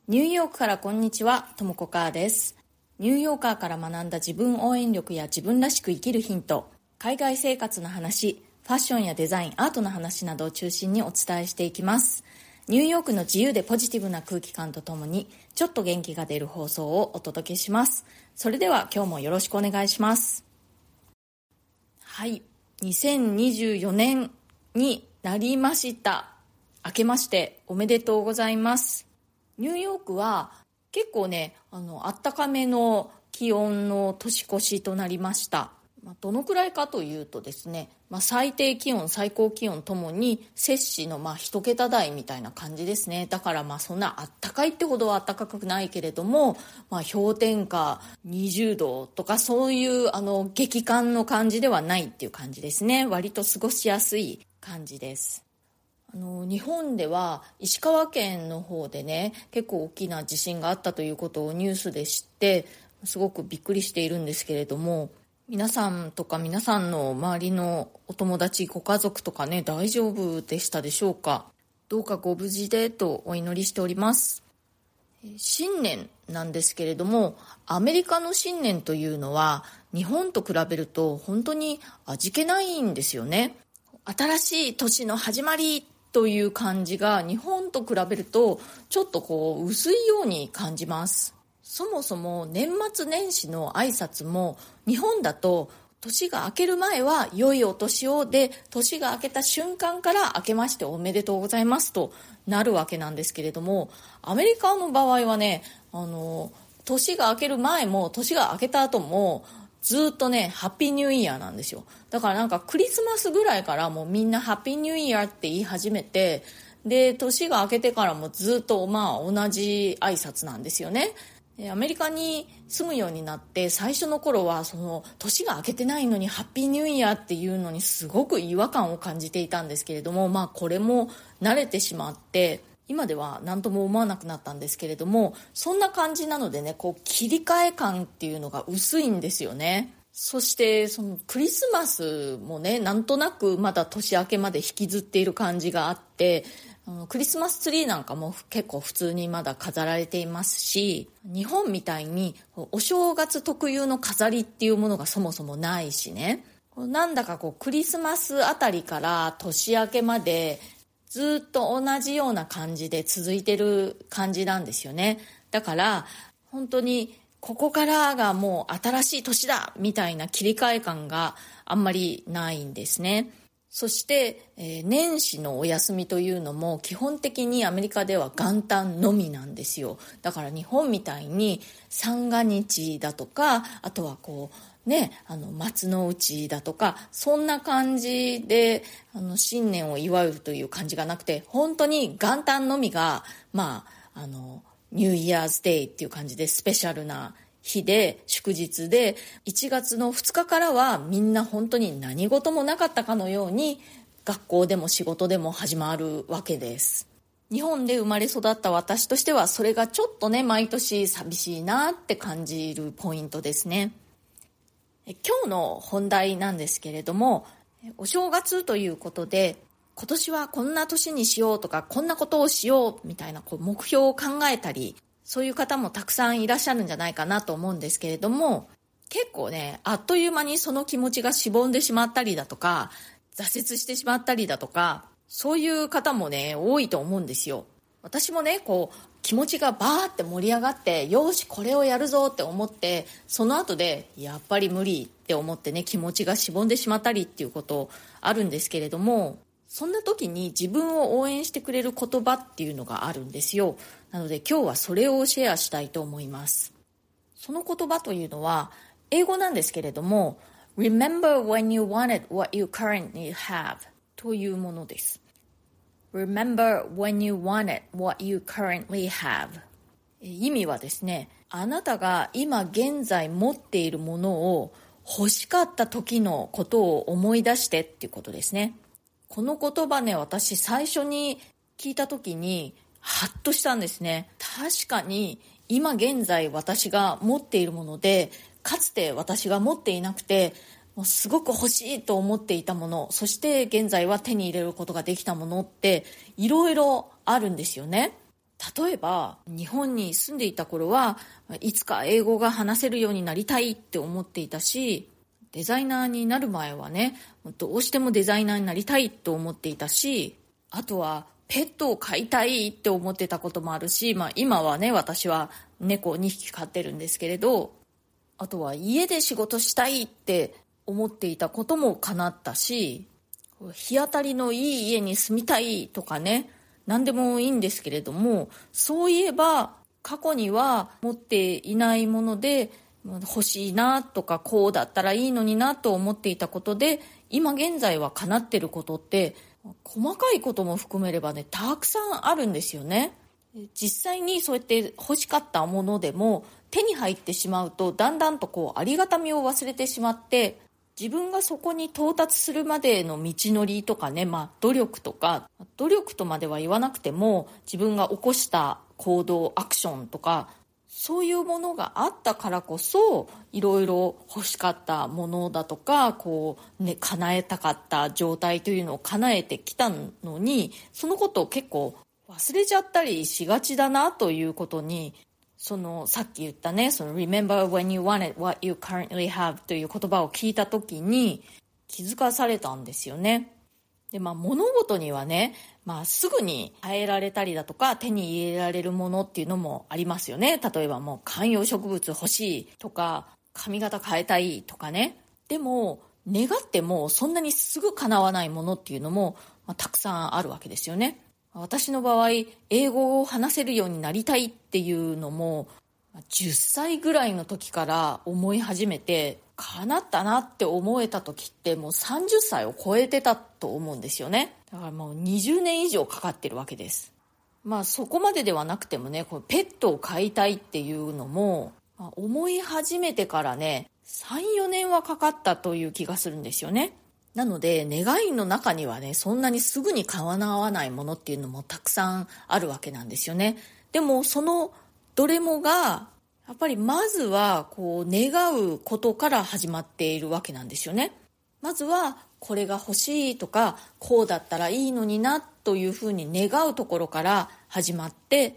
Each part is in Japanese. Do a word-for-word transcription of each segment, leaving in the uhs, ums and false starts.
ニューヨークからこんにちは、ともこかーです。ニューヨーカーから学んだ自分応援力や自分らしく生きるヒント、海外生活の話、ファッションやデザイン、アートの話などを中心にお伝えしていきます。ニューヨークの自由でポジティブな空気感とともに、ちょっと元気が出る放送をお届けします。それでは今日もよろしくお願いします。はい、にせんにじゅうよねんになりました。明けましておめでとうございます。ニューヨークは結構ね、あの暖かめの気温の年越しとなりました。まあ、どのくらいかというとですね、まあ、最低気温最高気温ともに摂氏のまあ一桁台みたいな感じですね。だからまあそんな暖かいってほどは暖かくないけれども、まあ、氷点下にじゅうどとかそういうあの激寒の感じではないっていう感じですね。割と過ごしやすい感じです。あの日本では石川県の方でね、結構大きな地震があったということをニュースで知ってすごくびっくりしているんですけれども、皆さんとか皆さんの周りのお友達ご家族とかね、大丈夫でしたでしょうか。どうかご無事でとお祈りしております。新年なんですけれども、アメリカの新年というのは日本と比べると本当に味気ないんですよね。新しい年の始まりという感じが日本と比べるとちょっとこう薄いように感じます。そもそも年末年始の挨拶も日本だと年が明ける前は良いお年をで、年が明けた瞬間から明けましておめでとうございますとなるわけなんですけれども、アメリカの場合はね、あの年が明ける前も年が明けた後もずっとね、ハッピーニューイヤーなんですよ。だからなんかクリスマスぐらいからもうみんなハッピーニューイヤーって言い始めて、で年が明けてからもずっとまあ同じ挨拶なんですよね。アメリカに住むようになって最初の頃はその年が明けてないのにハッピーニューイヤーっていうのにすごく違和感を感じていたんですけれども、まあこれも慣れてしまって今では何とも思わなくなったんですけれども、そんな感じなのでね、こう切り替え感っていうのが薄いんですよね。そしてそのクリスマスもね、なんとなくまだ年明けまで引きずっている感じがあって、あのクリスマスツリーなんかも結構普通にまだ飾られていますし、日本みたいにお正月特有の飾りっていうものがそもそもないしね、なんだかこうクリスマスあたりから年明けまでずっと同じような感じで続いてる感じなんですよね。だから本当にここからがもう新しい年だみたいな切り替え感があんまりないんですね。そして、えー、年始のお休みというのも基本的にアメリカでは元旦のみなんですよ。だから日本みたいに三が日だとか、あとはこうね、あの松の内だとか、そんな感じであの新年を祝うという感じがなくて、本当に元旦のみがまああのニューイヤーズデイっていう感じでスペシャルな日で祝日で、いちがつのふつかからはみんな本当に何事もなかったかのように学校でも仕事でも始まるわけです。日本で生まれ育った私としてはそれがちょっとね、毎年寂しいなって感じるポイントですね。今日の本題なんですけれども、お正月ということで今年はこんな年にしようとか、こんなことをしようみたいなこう目標を考えたり、そういう方もたくさんいらっしゃるんじゃないかなと思うんですけれども、結構ね、あっという間にその気持ちがしぼんでしまったりだとか、挫折してしまったりだとか、そういう方もね、多いと思うんですよ。私もね、こう気持ちがバーって盛り上がって、よしこれをやるぞって思って、その後でやっぱり無理って思ってね、気持ちがしぼんでしまったりっていうことあるんですけれども、そんな時に自分を応援してくれる言葉っていうのがあるんですよ。なので今日はそれをシェアしたいと思います。その言葉というのは英語なんですけれども、 Remember when you wanted what you currently have というものです。 Remember when you wanted what you currently have。 意味はですね、あなたが今現在持っているものを欲しかった時のことを思い出してっていうことですね。この言葉ね、私最初に聞いた時にハッとしたんですね。確かに今現在私が持っているもので、かつて私が持っていなくてもうすごく欲しいと思っていたもの、そして現在は手に入れることができたものっていろいろあるんですよね。 例えば日本に住んでいた頃はいつか英語が話せるようになりたいって思っていたし、デザイナーになる前はね、どうしてもデザイナーになりたいと思っていたし、あとはペットを飼いたいって思ってたこともあるし、まあ今はね、私は猫をにひき飼ってるんですけれど、あとは家で仕事したいって思っていたことも叶ったし、日当たりのいい家に住みたいとかね、何でもいいんですけれども、そういえば過去には持っていないもので欲しいなとか、こうだったらいいのになと思っていたことで、今現在は叶ってることって細かいことも含めればね、たくさんあるんですよね。実際にそうやって欲しかったものでも手に入ってしまうと、だんだんとこうありがたみを忘れてしまって、自分がそこに到達するまでの道のりとかね、まあ努力とか、努力とまでは言わなくても、自分が起こした行動、アクションとか、そういうものがあったからこそ、いろいろ欲しかったものだとか、こうね、叶えたかった状態というのを叶えてきたのに、そのことを結構忘れちゃったりしがちだなということに、そのさっき言ったね、その Remember when you want it, what you currently have という言葉を聞いたときに気づかされたんですよね。で、まあ物事にはね、まあすぐに変えられたりだとか手に入れられるものっていうのもありますよね。例えばもう観葉植物欲しいとか、髪型変えたいとかね。でも願ってもそんなにすぐ叶わないものっていうのも、まあ、たくさんあるわけですよね。私の場合、英語を話せるようになりたいっていうのもじゅっさいぐらいの時から思い始めて、叶ったなって思えた時ってもうさんじゅっさいを超えてたと思うんですよね。だからもうにじゅうねん以上かかってるわけです。まあそこまでではなくてもね、こうペットを飼いたいっていうのも、まあ、思い始めてからねさん、よねんはかかったという気がするんですよね。なので願いの中にはね、そんなにすぐに叶わないものっていうのもたくさんあるわけなんですよね。でもそのどれもがやっぱりまずはこう願うことから始まっているわけなんですよね。まずはこれが欲しいとか、こうだったらいいのになというふうに願うところから始まって、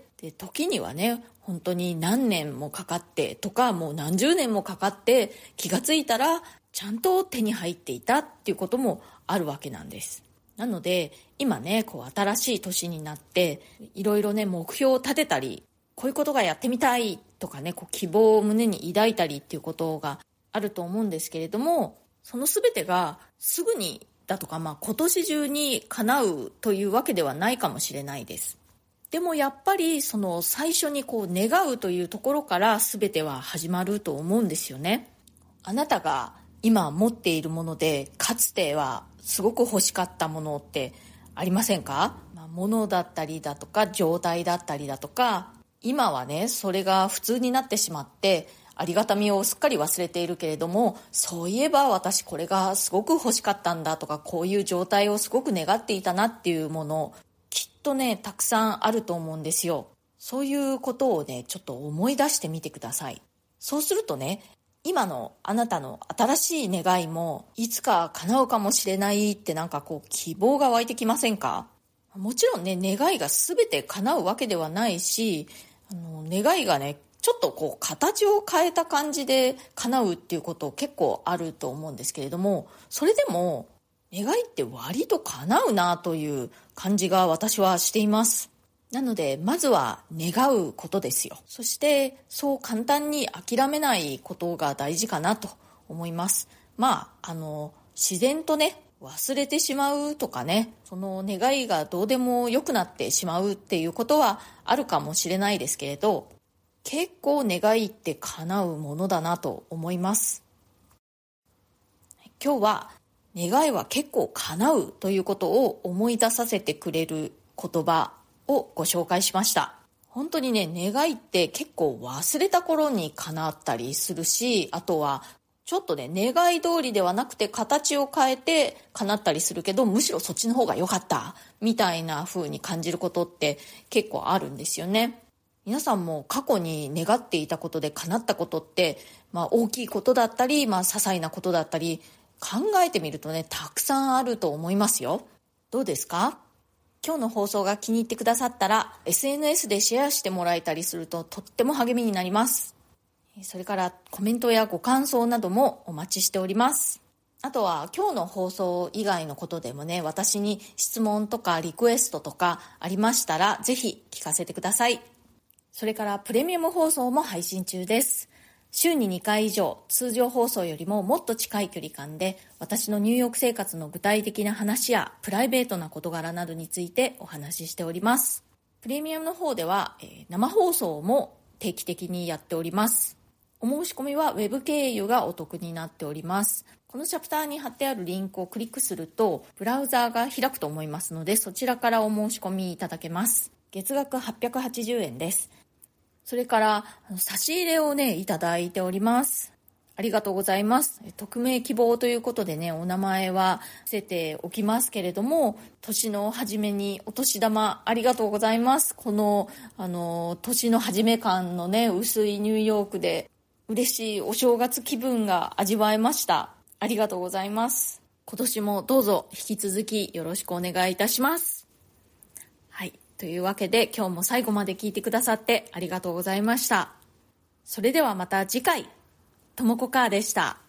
で時にはね本当に何年もかかってとか、もう何十年もかかって気がついたらちゃんと手に入っていたっていうこともあるわけなんです。なので今ね、こう新しい年になっていろいろね目標を立てたり、こういうことがやってみたいとかね、こう希望を胸に抱いたりっていうことがあると思うんですけれども、その全てがすぐにだとか、まあ今年中に叶うというわけではないかもしれないです。でもやっぱりその最初にこう願うというところから全ては始まると思うんですよね。あなたが今持っているもので、かつてはすごく欲しかったものってありませんか？まあ、物だったりだとか状態だったりだとか、今はねそれが普通になってしまってありがたみをすっかり忘れているけれども、そういえば私これがすごく欲しかったんだとか、こういう状態をすごく願っていたなっていうもの、きっとねたくさんあると思うんですよ。そういうことをねちょっと思い出してみてください。そうするとね、今のあなたの新しい願いもいつか叶うかもしれないって、なんかこう希望が湧いてきませんか？もちろんね願いが全て叶うわけではないし、あの願いがねちょっとこう形を変えた感じで叶うっていうこと結構あると思うんですけれども、それでも願いって割と叶うなという感じが私はしています。なのでまずは願うことですよ。そしてそう簡単に諦めないことが大事かなと思います。まああの自然とね忘れてしまうとかね、その願いがどうでもよくなってしまうっていうことはあるかもしれないですけれど、結構願いって叶うものだなと思います。今日は願いは結構叶うということを思い出させてくれる言葉をご紹介しました。本当にね、願いって結構忘れた頃に叶ったりするし、あとはちょっとね願い通りではなくて形を変えて叶ったりするけど、むしろそっちの方が良かったみたいな風に感じることって結構あるんですよね。皆さんも過去に願っていたことで叶ったことって、まあ、大きいことだったり、まあ、些細なことだったり考えてみるとねたくさんあると思いますよ。どうですか？ 今日の放送が気に入ってくださったら エスエヌエス でシェアしてもらえたりするととっても励みになります。それからコメントやご感想などもお待ちしております。あとは今日の放送以外のことでもね、私に質問とかリクエストとかありましたらぜひ聞かせてください。それからプレミアム放送も配信中です。週ににかい以上、通常放送よりももっと近い距離感で私のニューヨーク生活の具体的な話やプライベートな事柄などについてお話ししております。プレミアムの方では、えー、生放送も定期的にやっております。お申し込みはウェブ経由がお得になっております。このチャプターに貼ってあるリンクをクリックするとブラウザーが開くと思いますので、そちらからお申し込みいただけます。月額はっぴゃくはちじゅうえんです。それから差し入れをねいただいております。ありがとうございます。匿名希望ということでね、お名前は伏せておきますけれども、年の初めにお年玉ありがとうございます。このあの年の初め感のね薄いニューヨークで嬉しいお正月気分が味わえました。ありがとうございます。今年もどうぞ引き続きよろしくお願いいたします。はい、というわけで今日も最後まで聞いてくださってありがとうございました。それではまた次回、ともこかーでした。